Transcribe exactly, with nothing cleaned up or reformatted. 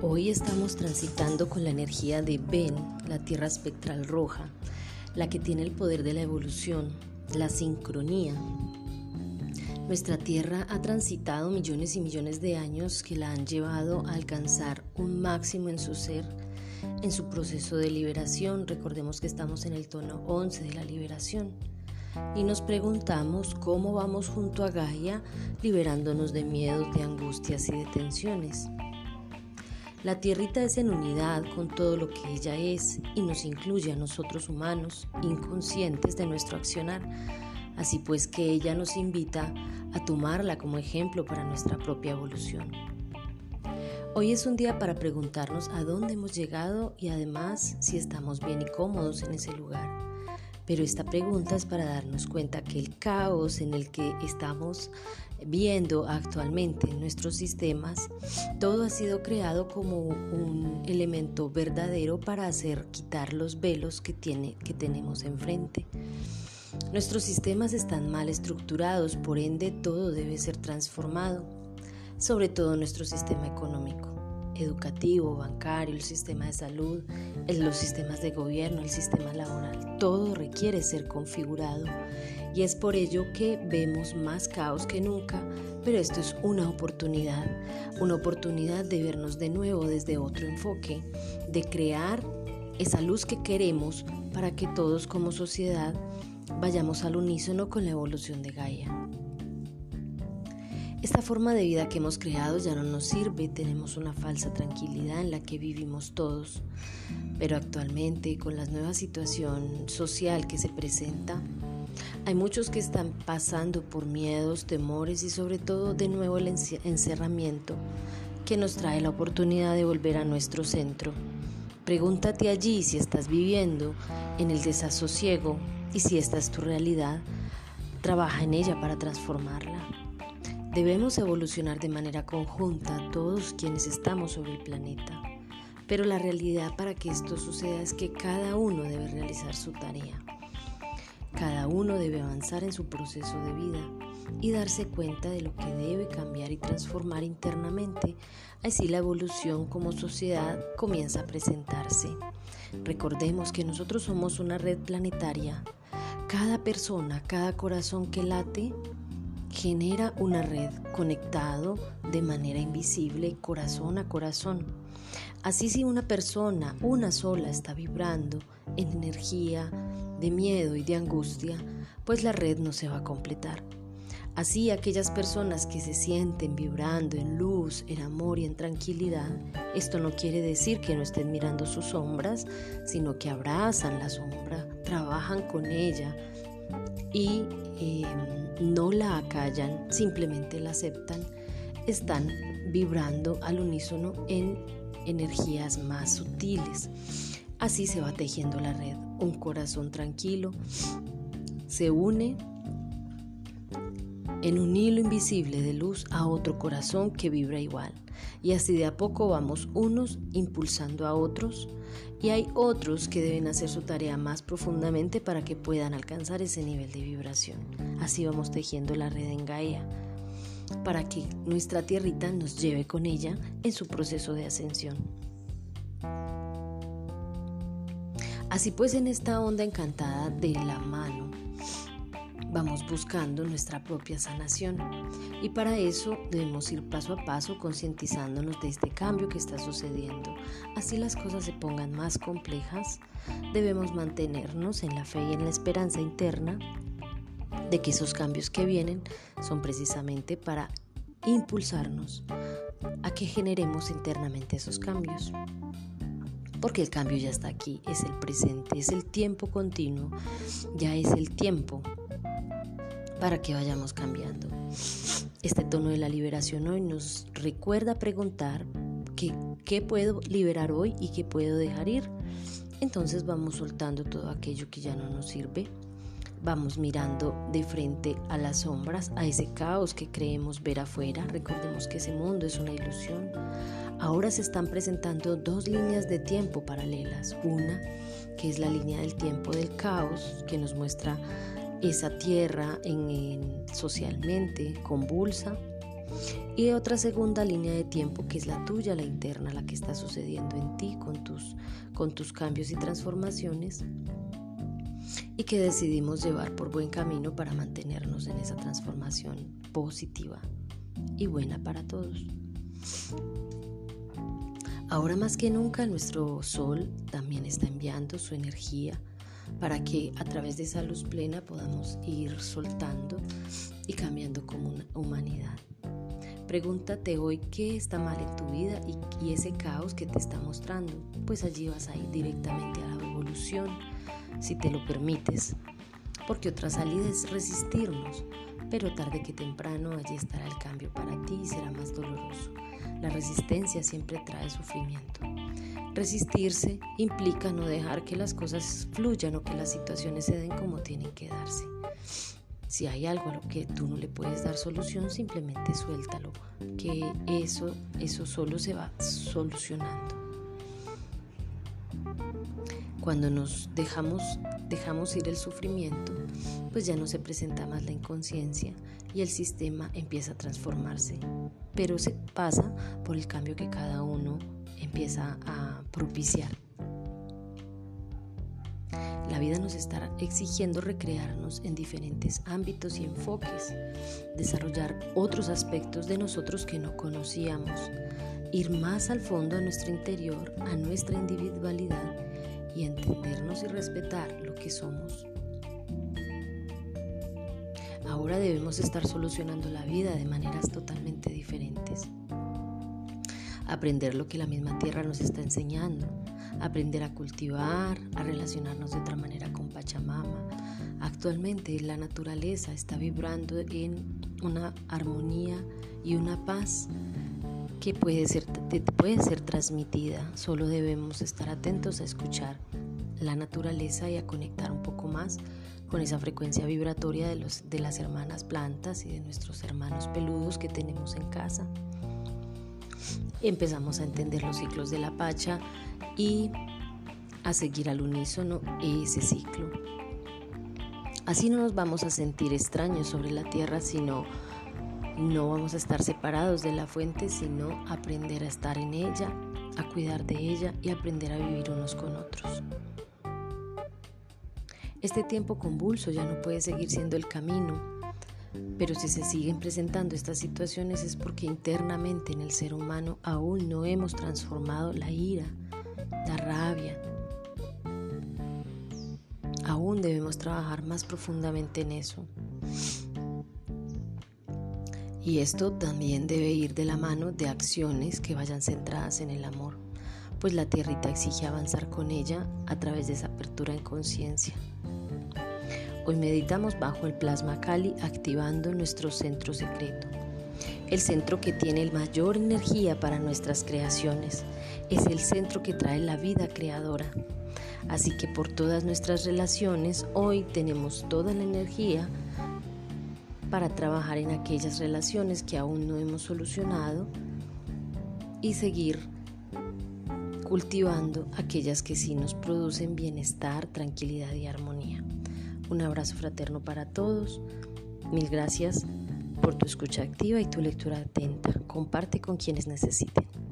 Hoy estamos transitando con la energía de Ven, la Tierra espectral roja, la que tiene el poder de la evolución, la sincronía. Nuestra Tierra ha transitado millones y millones de años que la han llevado a alcanzar un máximo en su ser, en su proceso de liberación. Recordemos que estamos en el tono once de la liberación. Y nos preguntamos cómo vamos junto a Gaia liberándonos de miedos, de angustias y de tensiones. La tierrita es en unidad con todo lo que ella es y nos incluye a nosotros humanos, inconscientes de nuestro accionar. Así pues que ella nos invita a tomarla como ejemplo para nuestra propia evolución. Hoy es un día para preguntarnos a dónde hemos llegado y además si estamos bien y cómodos en ese lugar. Pero esta pregunta es para darnos cuenta que el caos en el que estamos viendo actualmente en nuestros sistemas, todo ha sido creado como un elemento verdadero para hacer quitar los velos que, tiene, que tenemos enfrente. Nuestros sistemas están mal estructurados, por ende todo debe ser transformado, sobre todo nuestro sistema económico, educativo, bancario, el sistema de salud, los sistemas de gobierno, el sistema laboral. Todo requiere ser configurado y es por ello que vemos más caos que nunca, pero esto es una oportunidad, una oportunidad de vernos de nuevo desde otro enfoque, de crear esa luz que queremos para que todos como sociedad vayamos al unísono con la evolución de Gaia. Esta forma de vida que hemos creado ya no nos sirve, tenemos una falsa tranquilidad en la que vivimos todos, pero actualmente con la nueva situación social que se presenta, hay muchos que están pasando por miedos, temores y sobre todo de nuevo el encerramiento que nos trae la oportunidad de volver a nuestro centro. Pregúntate allí si estás viviendo en el desasosiego y si esta es tu realidad, trabaja en ella para transformarla. Debemos evolucionar de manera conjunta todos quienes estamos sobre el planeta, pero la realidad para que esto suceda es que cada uno debe realizar su tarea. Cada uno debe avanzar en su proceso de vida y darse cuenta de lo que debe cambiar y transformar internamente. Así la evolución como sociedad comienza a presentarse. Recordemos que nosotros somos una red planetaria. Cada persona, cada corazón que late, genera una red conectado de manera invisible, corazón a corazón. Así si una persona, una sola, está vibrando en energía de miedo y de angustia, pues la red no se va a completar. Así aquellas personas que se sienten vibrando en luz, en amor y en tranquilidad, esto no quiere decir que no estén mirando sus sombras, sino que abrazan la sombra, trabajan con ella y eh, no la acallan, simplemente la aceptan, están vibrando al unísono en energías más sutiles. Así se va tejiendo la red. Un corazón tranquilo se une en un hilo invisible de luz a otro corazón que vibra igual. Y así de a poco vamos unos impulsando a otros y hay otros que deben hacer su tarea más profundamente para que puedan alcanzar ese nivel de vibración. Así vamos tejiendo la red en Gaia para que nuestra tierrita nos lleve con ella en su proceso de ascensión. Así pues, en esta onda encantada de la mano vamos buscando nuestra propia sanación y para eso debemos ir paso a paso concientizándonos de este cambio que está sucediendo. Así las cosas se pongan más complejas, debemos mantenernos en la fe y en la esperanza interna de que esos cambios que vienen son precisamente para impulsarnos a que generemos internamente esos cambios. Porque el cambio ya está aquí, es el presente, es el tiempo continuo, ya es el tiempo para que vayamos cambiando. Este tono de la liberación hoy nos recuerda preguntar qué, qué puedo liberar hoy y qué puedo dejar ir. Entonces vamos soltando todo aquello que ya no nos sirve, vamos mirando de frente a las sombras, a ese caos que creemos ver afuera. Recordemos que ese mundo es una ilusión. Ahora se están presentando dos líneas de tiempo paralelas. Una que es la línea del tiempo del caos, que nos muestra esa tierra en, en, socialmente convulsa, Y otra segunda línea de tiempo que es la tuya, la interna, la que está sucediendo en ti con tus, con tus cambios y transformaciones y que decidimos llevar por buen camino para mantenernos en esa transformación positiva y buena para todos. Ahora más que nunca nuestro sol también está enviando su energía para que a través de esa luz plena podamos ir soltando y cambiando como una humanidad. Pregúntate hoy qué está mal en tu vida y, y ese caos que te está mostrando, pues allí vas a ir directamente a la evolución, si te lo permites, porque otra salida es resistirnos, pero tarde que temprano allí estará el cambio para ti y será más doloroso. La resistencia siempre trae sufrimiento. Resistirse implica no dejar que las cosas fluyan o que las situaciones se den como tienen que darse. Si hay algo a lo que tú no le puedes dar solución, simplemente suéltalo, que eso, eso solo se va solucionando. Cuando nos dejamos, dejamos ir el sufrimiento, pues ya no se presenta más la inconsciencia y el sistema empieza a transformarse, pero se pasa por el cambio que cada uno empieza a propiciar. La vida nos está exigiendo recrearnos en diferentes ámbitos y enfoques, desarrollar otros aspectos de nosotros que no conocíamos, ir más al fondo a nuestro interior, a nuestra individualidad y entendernos y respetar lo que somos. Ahora debemos estar solucionando la vida de maneras totalmente diferentes. Aprender lo que la misma tierra nos está enseñando, aprender a cultivar, a relacionarnos de otra manera con Pachamama. Actualmente la naturaleza está vibrando en una armonía y una paz que puede ser, puede ser transmitida. Solo debemos estar atentos a escuchar la naturaleza y a conectar un poco más con esa frecuencia vibratoria de, los, de las hermanas plantas y de nuestros hermanos peludos que tenemos en casa. Empezamos a entender los ciclos de la Pacha y a seguir al unísono ese ciclo. Así no nos vamos a sentir extraños sobre la tierra, sino no vamos a estar separados de la fuente, sino aprender a estar en ella, a cuidar de ella y aprender a vivir unos con otros. Este tiempo convulso ya no puede seguir siendo el camino, pero si se siguen presentando estas situaciones es porque internamente en el ser humano aún no hemos transformado la ira, la rabia. Aún debemos trabajar más profundamente en eso. Y esto también debe ir de la mano de acciones que vayan centradas en el amor, pues la tierrita exige avanzar con ella a través de esa apertura en conciencia. Hoy meditamos bajo el plasma Kali, activando nuestro centro secreto, el centro que tiene el mayor energía para nuestras creaciones, es el centro que trae la vida creadora. Así que por todas nuestras relaciones hoy tenemos toda la energía para trabajar en aquellas relaciones que aún no hemos solucionado y seguir cultivando aquellas que sí nos producen bienestar, tranquilidad y armonía. Un abrazo fraterno para todos. Mil gracias por tu escucha activa y tu lectura atenta. Comparte con quienes necesiten.